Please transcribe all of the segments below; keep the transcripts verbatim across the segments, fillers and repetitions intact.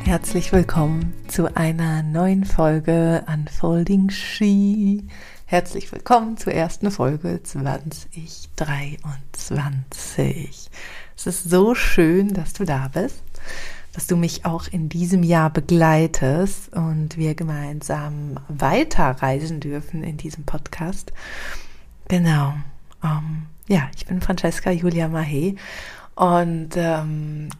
herzlich willkommen zu einer neuen Folge Unfolding She. Herzlich willkommen zur ersten Folge zwanzig dreiundzwanzig. Es ist so schön, dass du da bist, dass du mich auch in diesem Jahr begleitest und wir gemeinsam weiterreisen dürfen in diesem Podcast. Genau. Ähm, ja, ich bin Francesca Julia Mahé und ähm,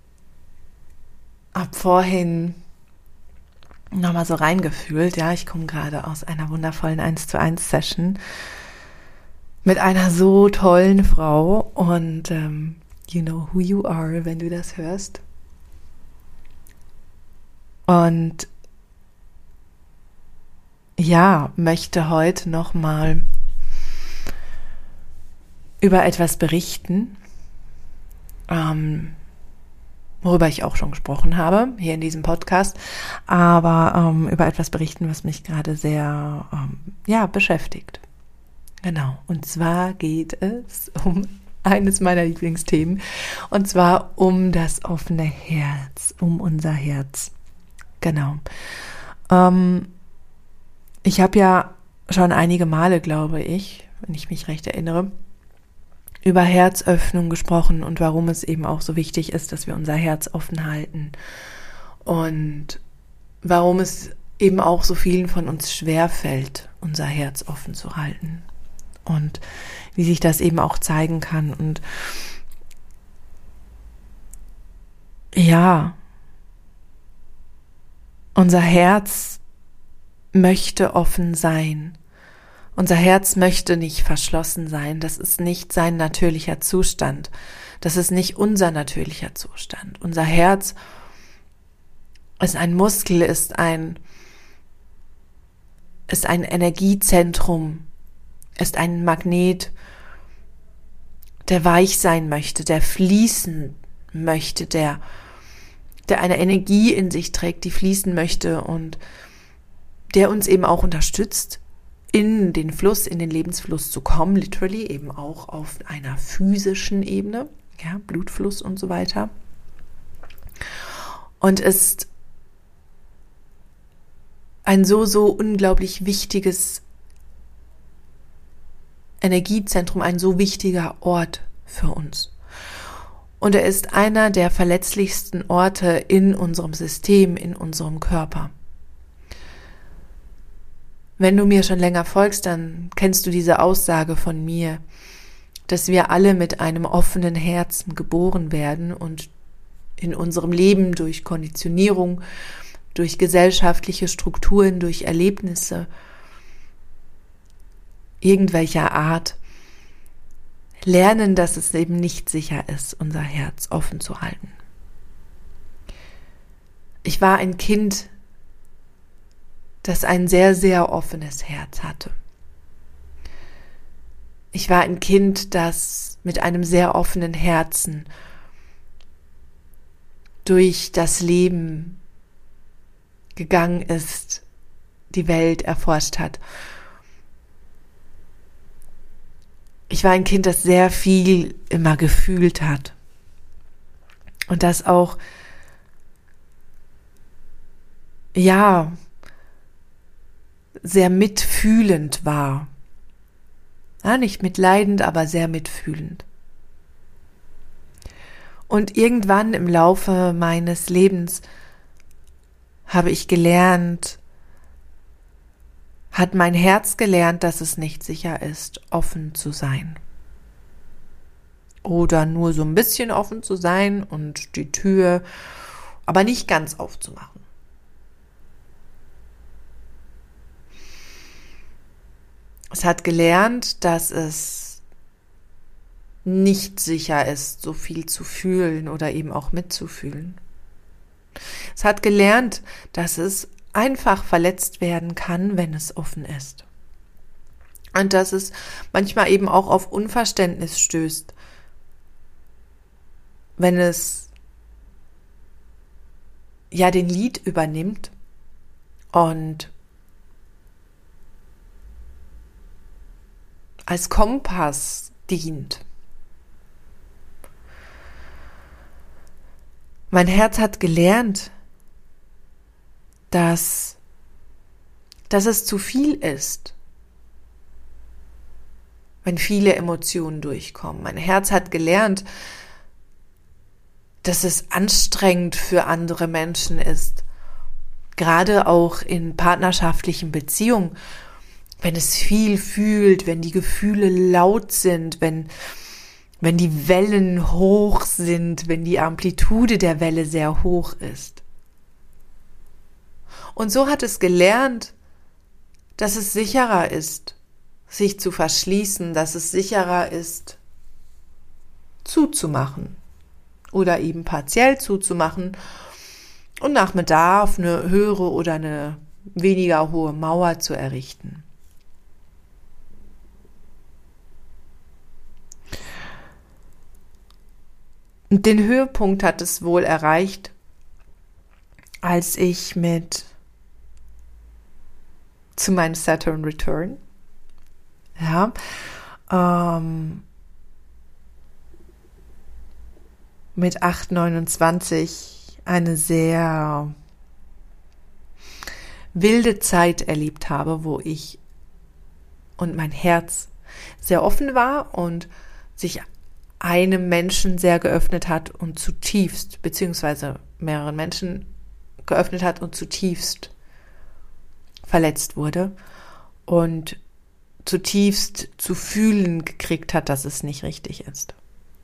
hab vorhin nochmal so reingefühlt. Ja, ich komme gerade aus einer wundervollen eins zu eins Session mit einer so tollen Frau und ähm, you know who you are, wenn du das hörst. Und ja, möchte heute nochmal über etwas berichten, ähm, worüber ich auch schon gesprochen habe, hier in diesem Podcast, aber ähm, über etwas berichten, was mich gerade sehr ähm, ja, beschäftigt. Genau, und zwar geht es um eines meiner Lieblingsthemen, und zwar um das offene Herz, um unser Herz. Genau. Ähm, ich habe ja schon einige Male, glaube ich, wenn ich mich recht erinnere, über Herzöffnung gesprochen und warum es eben auch so wichtig ist, dass wir unser Herz offen halten und warum es eben auch so vielen von uns schwerfällt, unser Herz offen zu halten und wie sich das eben auch zeigen kann. Und ja, unser Herz möchte offen sein. Unser Herz möchte nicht verschlossen sein. Das ist nicht sein natürlicher Zustand. Das ist nicht unser natürlicher Zustand. Unser Herz ist ein Muskel, ist ein, ist ein Energiezentrum, ist ein Magnet, der weich sein möchte, der fließen möchte, der, der eine Energie in sich trägt, die fließen möchte und der uns eben auch unterstützt, in den Fluss, in den Lebensfluss zu kommen, literally, eben auch auf einer physischen Ebene, ja, Blutfluss und so weiter. Und ist ein so, so unglaublich wichtiges Energiezentrum, ein so wichtiger Ort für uns. Und er ist einer der verletzlichsten Orte in unserem System, in unserem Körper. Wenn du mir schon länger folgst, dann kennst du diese Aussage von mir, dass wir alle mit einem offenen Herzen geboren werden und in unserem Leben durch Konditionierung, durch gesellschaftliche Strukturen, durch Erlebnisse irgendwelcher Art lernen, dass es eben nicht sicher ist, unser Herz offen zu halten. Ich war ein Kind, das ein sehr, sehr offenes Herz hatte. Ich war ein Kind, das mit einem sehr offenen Herzen durch das Leben gegangen ist, die Welt erforscht hat. Ich war ein Kind, das sehr viel immer gefühlt hat und das auch, ja, sehr mitfühlend war. Ja, nicht mitleidend, aber sehr mitfühlend. Und irgendwann im Laufe meines Lebens habe ich gelernt, hat mein Herz gelernt, dass es nicht sicher ist, offen zu sein. Oder nur so ein bisschen offen zu sein und die Tür aber nicht ganz aufzumachen. Es hat gelernt, dass es nicht sicher ist, so viel zu fühlen oder eben auch mitzufühlen. Es hat gelernt, dass es einfach verletzt werden kann, wenn es offen ist. Und dass es manchmal eben auch auf Unverständnis stößt, wenn es ja den Lead übernimmt und als Kompass dient. Mein Herz hat gelernt, dass, dass es zu viel ist, wenn viele Emotionen durchkommen. Mein Herz hat gelernt, dass es anstrengend für andere Menschen ist, gerade auch in partnerschaftlichen Beziehungen, wenn es viel fühlt, wenn die Gefühle laut sind, wenn, wenn die Wellen hoch sind, wenn die Amplitude der Welle sehr hoch ist. Und so hat es gelernt, dass es sicherer ist, sich zu verschließen, dass es sicherer ist, zuzumachen oder eben partiell zuzumachen und nach Bedarf eine höhere oder eine weniger hohe Mauer zu errichten. Und den Höhepunkt hat es wohl erreicht, als ich mit zu meinem Saturn Return, ja, ähm, mit acht neunundzwanzig eine sehr wilde Zeit erlebt habe, wo ich und mein Herz sehr offen war und sich einem Menschen sehr geöffnet hat und zutiefst, beziehungsweise mehreren Menschen geöffnet hat und zutiefst verletzt wurde und zutiefst zu fühlen gekriegt hat, dass es nicht richtig ist.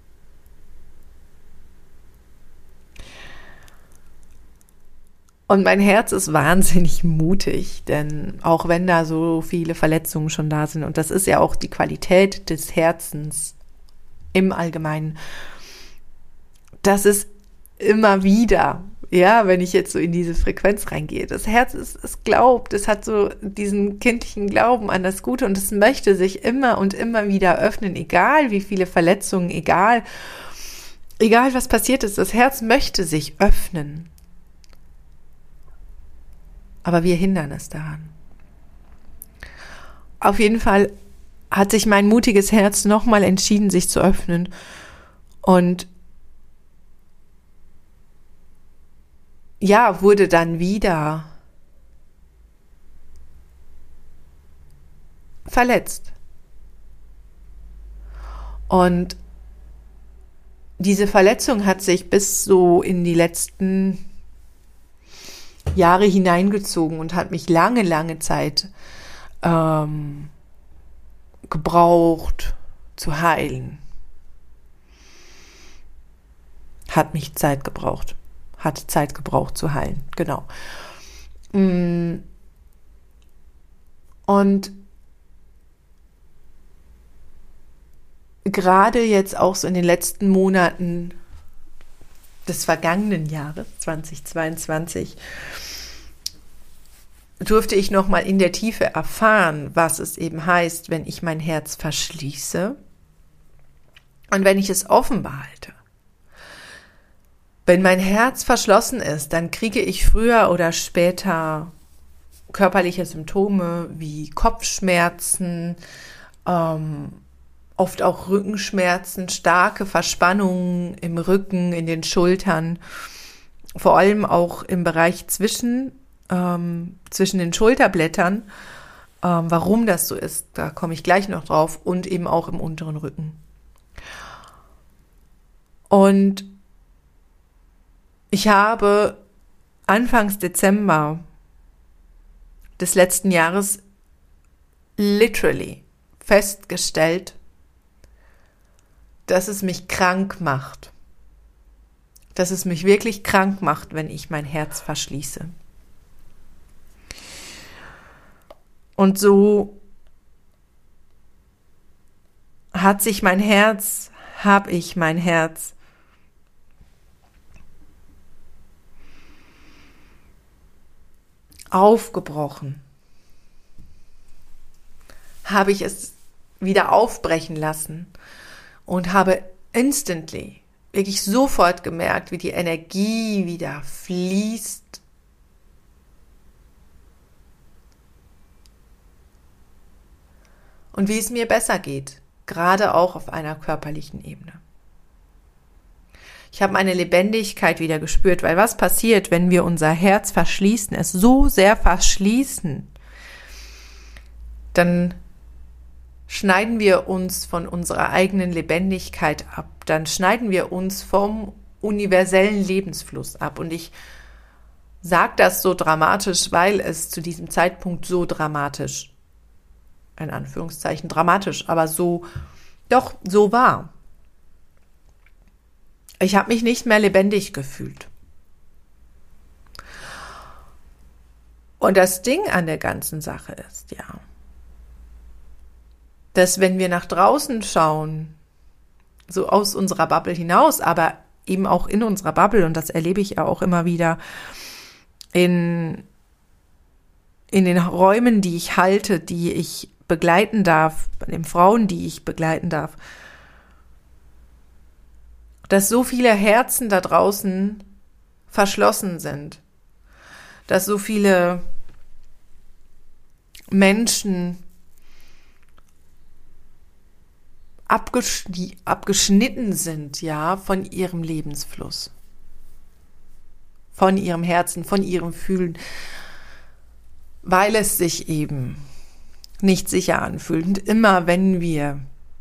Und mein Herz ist wahnsinnig mutig, denn auch wenn da so viele Verletzungen schon da sind, und das ist ja auch die Qualität des Herzens im Allgemeinen, dass es immer wieder, ja, wenn ich jetzt so in diese Frequenz reingehe, das Herz ist, es glaubt, es hat so diesen kindlichen Glauben an das Gute und es möchte sich immer und immer wieder öffnen, egal wie viele Verletzungen, egal, egal was passiert ist, das Herz möchte sich öffnen. Aber wir hindern es daran. Auf jeden Fall hat sich mein mutiges Herz nochmal entschieden, sich zu öffnen. Und ja, wurde dann wieder verletzt. Und diese Verletzung hat sich bis so in die letzten Jahre hineingezogen und hat mich lange, lange Zeit ähm, gebraucht zu heilen. Hat mich Zeit gebraucht. Hat Zeit gebraucht zu heilen, genau. Und gerade jetzt auch so in den letzten Monaten des vergangenen Jahres, zweitausendzweiundzwanzig, durfte ich nochmal in der Tiefe erfahren, was es eben heißt, wenn ich mein Herz verschließe und wenn ich es offen behalte. Wenn mein Herz verschlossen ist, dann kriege ich früher oder später körperliche Symptome wie Kopfschmerzen, ähm, oft auch Rückenschmerzen, starke Verspannungen im Rücken, in den Schultern, vor allem auch im Bereich zwischen, ähm, zwischen den Schulterblättern. Ähm, warum das so ist, da komme ich gleich noch drauf, und eben auch im unteren Rücken. Und ich habe Anfangs Dezember des letzten Jahres literally festgestellt, dass es mich krank macht. Dass es mich wirklich krank macht, wenn ich mein Herz verschließe. Und so hat sich mein Herz, habe ich mein Herz aufgebrochen. Habe ich es wieder aufbrechen lassen und habe instantly, wirklich sofort gemerkt, wie die Energie wieder fließt. Und wie es mir besser geht, gerade auch auf einer körperlichen Ebene. Ich habe meine Lebendigkeit wieder gespürt, weil was passiert, wenn wir unser Herz verschließen, es so sehr verschließen, dann schneiden wir uns von unserer eigenen Lebendigkeit ab, dann schneiden wir uns vom universellen Lebensfluss ab. Und ich sage das so dramatisch, weil es zu diesem Zeitpunkt so dramatisch, in Anführungszeichen dramatisch, aber so, doch so war. Ich habe mich nicht mehr lebendig gefühlt. Und das Ding an der ganzen Sache ist, ja, dass wenn wir nach draußen schauen, so aus unserer Bubble hinaus, aber eben auch in unserer Bubble, und das erlebe ich ja auch immer wieder in, in den Räumen, die ich halte, die ich begleiten darf, bei den Frauen, die ich begleiten darf, dass so viele Herzen da draußen verschlossen sind, dass so viele Menschen abgeschn- abgeschnitten sind, ja, von ihrem Lebensfluss, von ihrem Herzen, von ihrem Fühlen, weil es sich eben nicht sicher anfühlt. Und immer wenn wir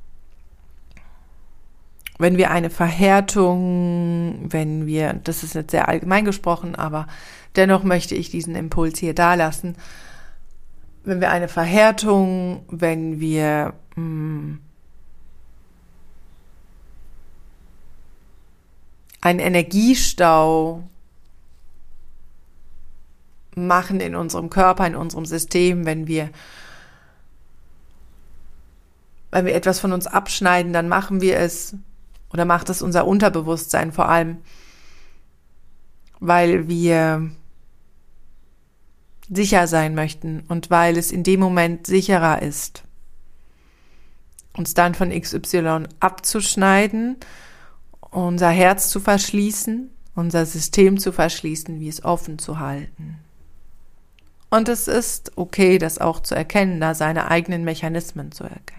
Wenn wir eine Verhärtung, wenn wir, das ist jetzt sehr allgemein gesprochen, aber dennoch möchte ich diesen Impuls hier dalassen, wenn wir eine Verhärtung, wenn wir mh, einen Energiestau machen in unserem Körper, in unserem System, wenn wir wenn wir etwas von uns abschneiden, dann machen wir es, oder macht es unser Unterbewusstsein vor allem, weil wir sicher sein möchten und weil es in dem Moment sicherer ist, uns dann von X Y abzuschneiden, unser Herz zu verschließen, unser System zu verschließen, wie es offen zu halten. Und es ist okay, das auch zu erkennen, da seine eigenen Mechanismen zu erkennen.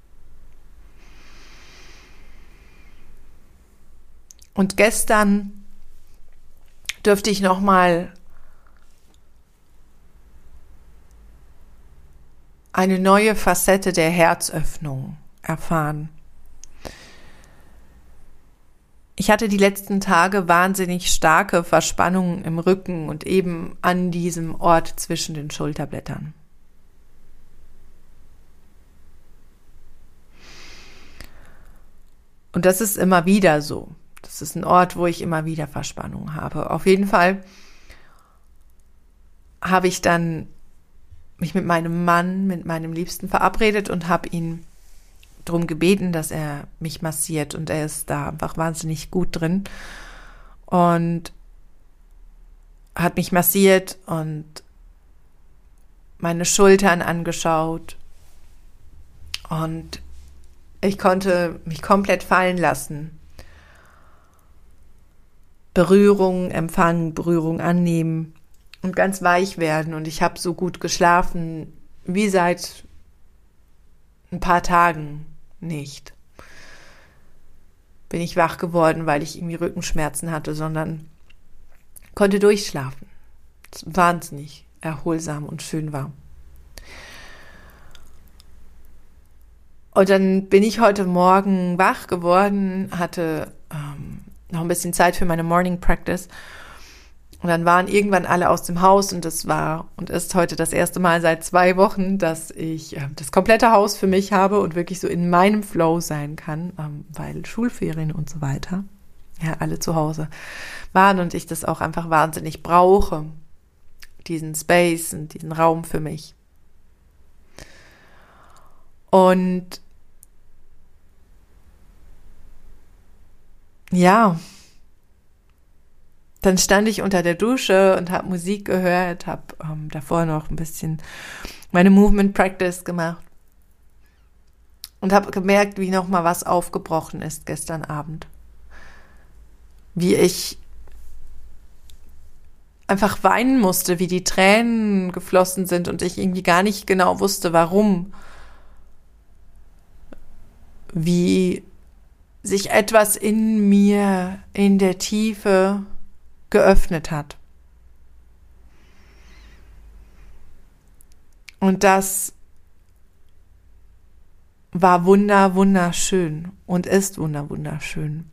Und gestern dürfte ich nochmal eine neue Facette der Herzöffnung erfahren. Ich hatte die letzten Tage wahnsinnig starke Verspannungen im Rücken und eben an diesem Ort zwischen den Schulterblättern. Und das ist immer wieder so. Das ist ein Ort, wo ich immer wieder Verspannung habe. Auf jeden Fall habe ich dann mich mit meinem Mann, mit meinem Liebsten verabredet und habe ihn darum gebeten, dass er mich massiert. Und er ist da einfach wahnsinnig gut drin und hat mich massiert und meine Schultern angeschaut. Und ich konnte mich komplett fallen lassen. Berührung empfangen, Berührung annehmen und ganz weich werden. Und ich habe so gut geschlafen wie seit ein paar Tagen nicht. Bin ich wach geworden, weil ich irgendwie Rückenschmerzen hatte, sondern konnte durchschlafen. Das wahnsinnig erholsam und schön war. Und dann bin ich heute Morgen wach geworden, hatte ähm, noch ein bisschen Zeit für meine Morning Practice. Und dann waren irgendwann alle aus dem Haus und es war und ist heute das erste Mal seit zwei Wochen, dass ich äh, das komplette Haus für mich habe und wirklich so in meinem Flow sein kann, ähm, weil Schulferien und so weiter, ja, alle zu Hause waren und ich das auch einfach wahnsinnig brauche, diesen Space und diesen Raum für mich. Und ja, dann stand ich unter der Dusche und habe Musik gehört, habe ähm, davor noch ein bisschen meine Movement Practice gemacht und habe gemerkt, wie nochmal was aufgebrochen ist gestern Abend. Wie ich einfach weinen musste, wie die Tränen geflossen sind und ich irgendwie gar nicht genau wusste, warum. Wie sich etwas in mir, in der Tiefe geöffnet hat. Und das war wunder, wunderschön und ist wunder, wunderschön.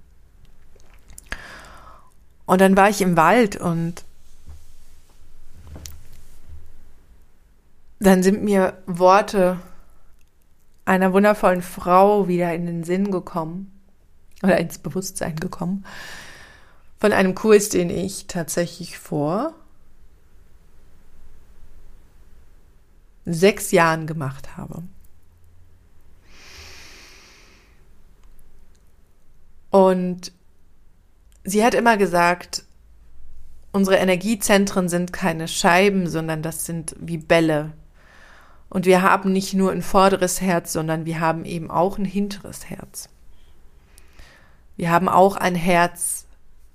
Und dann war ich im Wald und dann sind mir Worte einer wundervollen Frau wieder in den Sinn gekommen oder ins Bewusstsein gekommen von einem Kurs, den ich tatsächlich vor sechs Jahren gemacht habe. Und sie hat immer gesagt, unsere Energiezentren sind keine Scheiben, sondern das sind wie Bälle. Und wir haben nicht nur ein vorderes Herz, sondern wir haben eben auch ein hinteres Herz. Wir haben auch ein Herz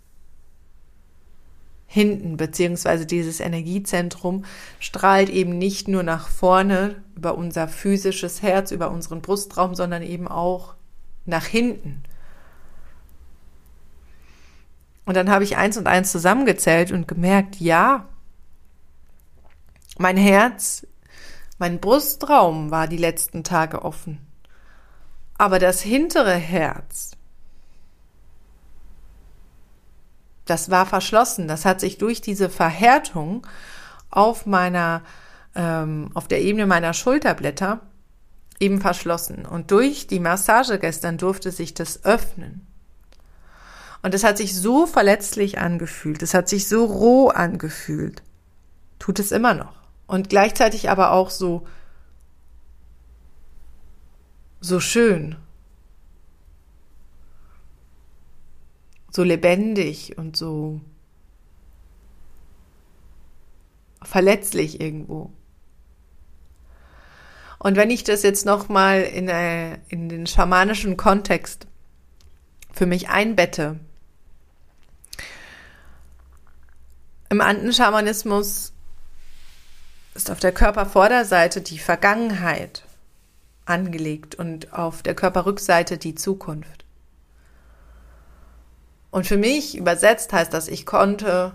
hinten, beziehungsweise dieses Energiezentrum strahlt eben nicht nur nach vorne über unser physisches Herz, über unseren Brustraum, sondern eben auch nach hinten. Und dann habe ich eins und eins zusammengezählt und gemerkt, ja, mein Herz, mein Brustraum war die letzten Tage offen. Aber das hintere Herz, das war verschlossen. Das hat sich durch diese Verhärtung auf meiner, ähm, auf der Ebene meiner Schulterblätter eben verschlossen. Und durch die Massage gestern durfte sich das öffnen. Und es hat sich so verletzlich angefühlt. Es hat sich so roh angefühlt. Tut es immer noch. Und gleichzeitig aber auch so, so schön, so lebendig und so verletzlich irgendwo. Und wenn ich das jetzt nochmal in, in den schamanischen Kontext für mich einbette, im Anden-Schamanismus ist auf der Körpervorderseite die Vergangenheit angelegt und auf der Körperrückseite die Zukunft. Und für mich übersetzt heißt das, ich konnte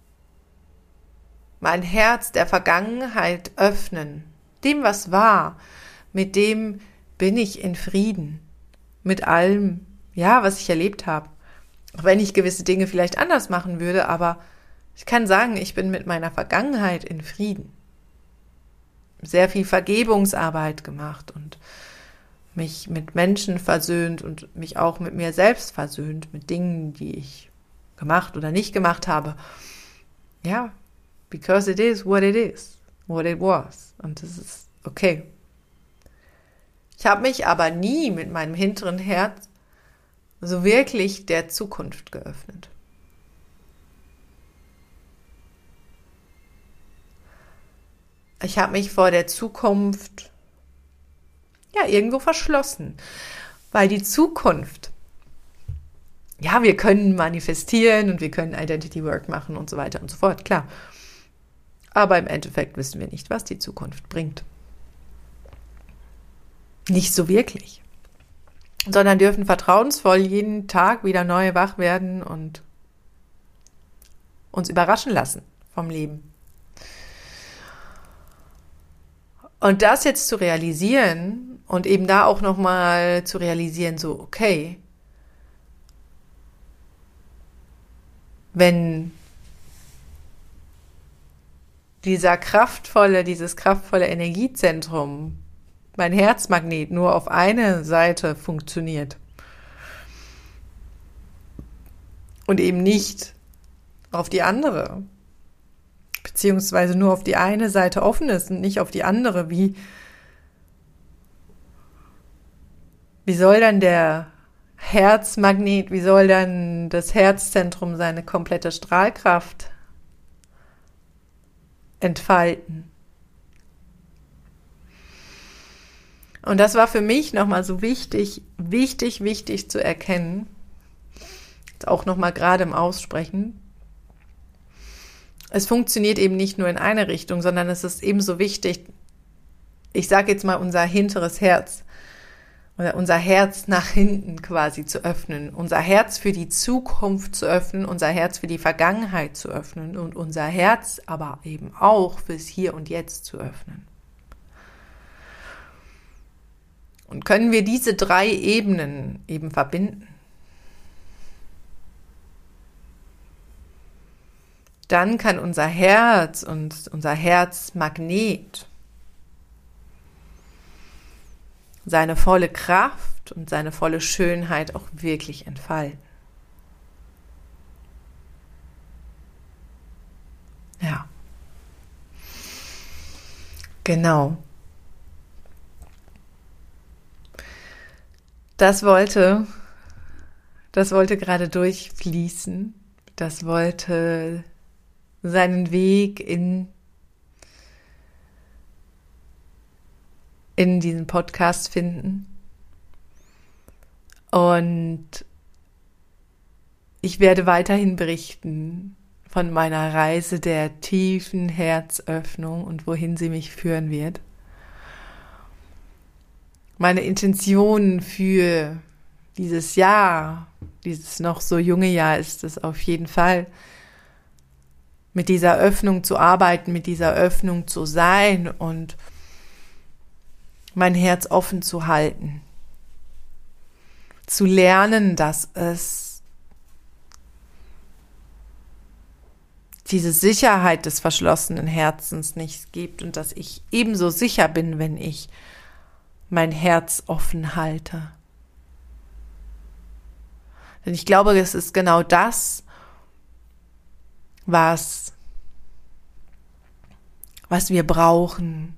mein Herz der Vergangenheit öffnen, dem, was war, mit dem bin ich in Frieden, mit allem, ja, was ich erlebt habe. Auch wenn ich gewisse Dinge vielleicht anders machen würde, aber ich kann sagen, ich bin mit meiner Vergangenheit in Frieden. Sehr viel Vergebungsarbeit gemacht und mich mit Menschen versöhnt und mich auch mit mir selbst versöhnt, mit Dingen, die ich gemacht oder nicht gemacht habe. Ja, because it is what it is, what it was. Und das ist okay. Ich habe mich aber nie mit meinem hinteren Herz so wirklich der Zukunft geöffnet. Ich habe mich vor der Zukunft ja irgendwo verschlossen, weil die Zukunft, ja, wir können manifestieren und wir können Identity Work machen und so weiter und so fort, klar. Aber im Endeffekt wissen wir nicht, was die Zukunft bringt. Nicht so wirklich. Sondern dürfen vertrauensvoll jeden Tag wieder neu wach werden und uns überraschen lassen vom Leben. Und das jetzt zu realisieren und eben da auch nochmal zu realisieren, so, okay, wenn dieser kraftvolle, dieses kraftvolle Energiezentrum, mein Herzmagnet, nur auf eine Seite funktioniert und eben nicht auf die andere, beziehungsweise nur auf die eine Seite offen ist und nicht auf die andere, wie, wie soll dann der Herzmagnet, wie soll dann das Herzzentrum seine komplette Strahlkraft entfalten? Und das war für mich nochmal so wichtig, wichtig, wichtig zu erkennen, auch nochmal gerade im Aussprechen. Es funktioniert eben nicht nur in eine Richtung, sondern es ist ebenso wichtig, ich sage jetzt mal unser hinteres Herz, oder unser Herz nach hinten quasi zu öffnen, unser Herz für die Zukunft zu öffnen, unser Herz für die Vergangenheit zu öffnen und unser Herz aber eben auch fürs Hier und Jetzt zu öffnen. Und können wir diese drei Ebenen eben verbinden, dann kann unser Herz und unser Herzmagnet seine volle Kraft und seine volle Schönheit auch wirklich entfalten. Ja. Genau. Das wollte, das wollte gerade durchfließen. Das wollte seinen Weg in, in diesen Podcast finden. Und ich werde weiterhin berichten von meiner Reise der tiefen Herzöffnung und wohin sie mich führen wird. Meine Intention für dieses Jahr, dieses noch so junge Jahr ist es auf jeden Fall, mit dieser Öffnung zu arbeiten, mit dieser Öffnung zu sein und mein Herz offen zu halten. Zu lernen, dass es diese Sicherheit des verschlossenen Herzens nicht gibt und dass ich ebenso sicher bin, wenn ich mein Herz offen halte. Denn ich glaube, es ist genau das, was, was wir brauchen,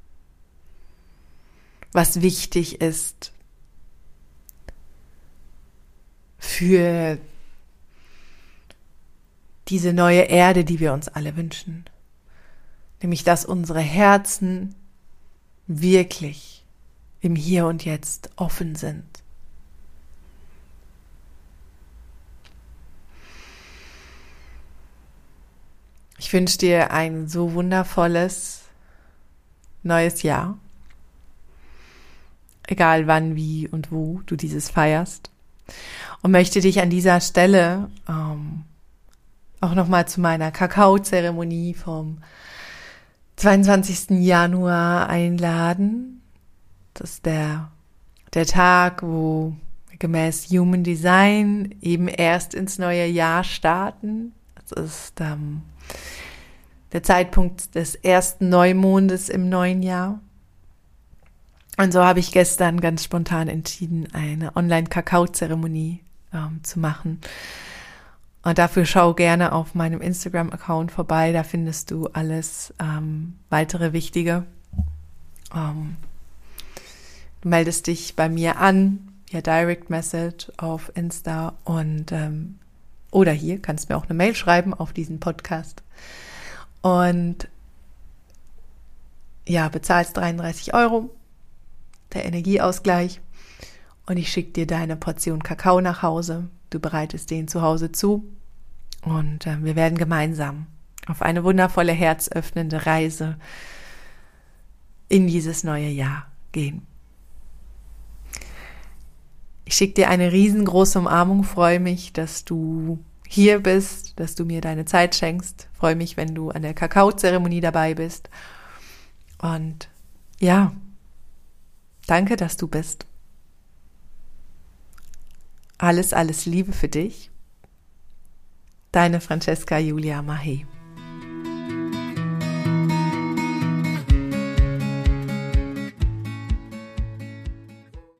was wichtig ist für diese neue Erde, die wir uns alle wünschen. Nämlich, dass unsere Herzen wirklich im Hier und Jetzt offen sind. Ich wünsche dir ein so wundervolles neues Jahr. Egal wann, wie und wo du dieses feierst. Und möchte dich an dieser Stelle ähm, auch nochmal zu meiner Kakaozeremonie vom zweiundzwanzigsten Januar einladen. Das ist der, der Tag, wo wir gemäß Human Design eben erst ins neue Jahr starten. Das ist ähm, der Zeitpunkt des ersten Neumondes im neuen Jahr. Und so habe ich gestern ganz spontan entschieden, eine Online-Kakao-Zeremonie ähm, zu machen. Und dafür schau gerne auf meinem Instagram-Account vorbei. Da findest du alles ähm, weitere Wichtige. Ähm, du meldest dich bei mir an, ja Direct Message auf Insta und ähm, oder hier kannst mir auch eine Mail schreiben auf diesen Podcast. Und ja, bezahlst dreiunddreißig Euro, der Energieausgleich. Und ich schicke dir deine Portion Kakao nach Hause. Du bereitest den zu Hause zu. Und äh, wir werden gemeinsam auf eine wundervolle, herzöffnende Reise in dieses neue Jahr gehen. Ich schicke dir eine riesengroße Umarmung, freue mich, dass du hier bist, dass du mir deine Zeit schenkst. Freue mich, wenn du an der Kakaozeremonie dabei bist. Und ja, danke, dass du bist. Alles, alles Liebe für dich. Deine Francesca Julia Mahé.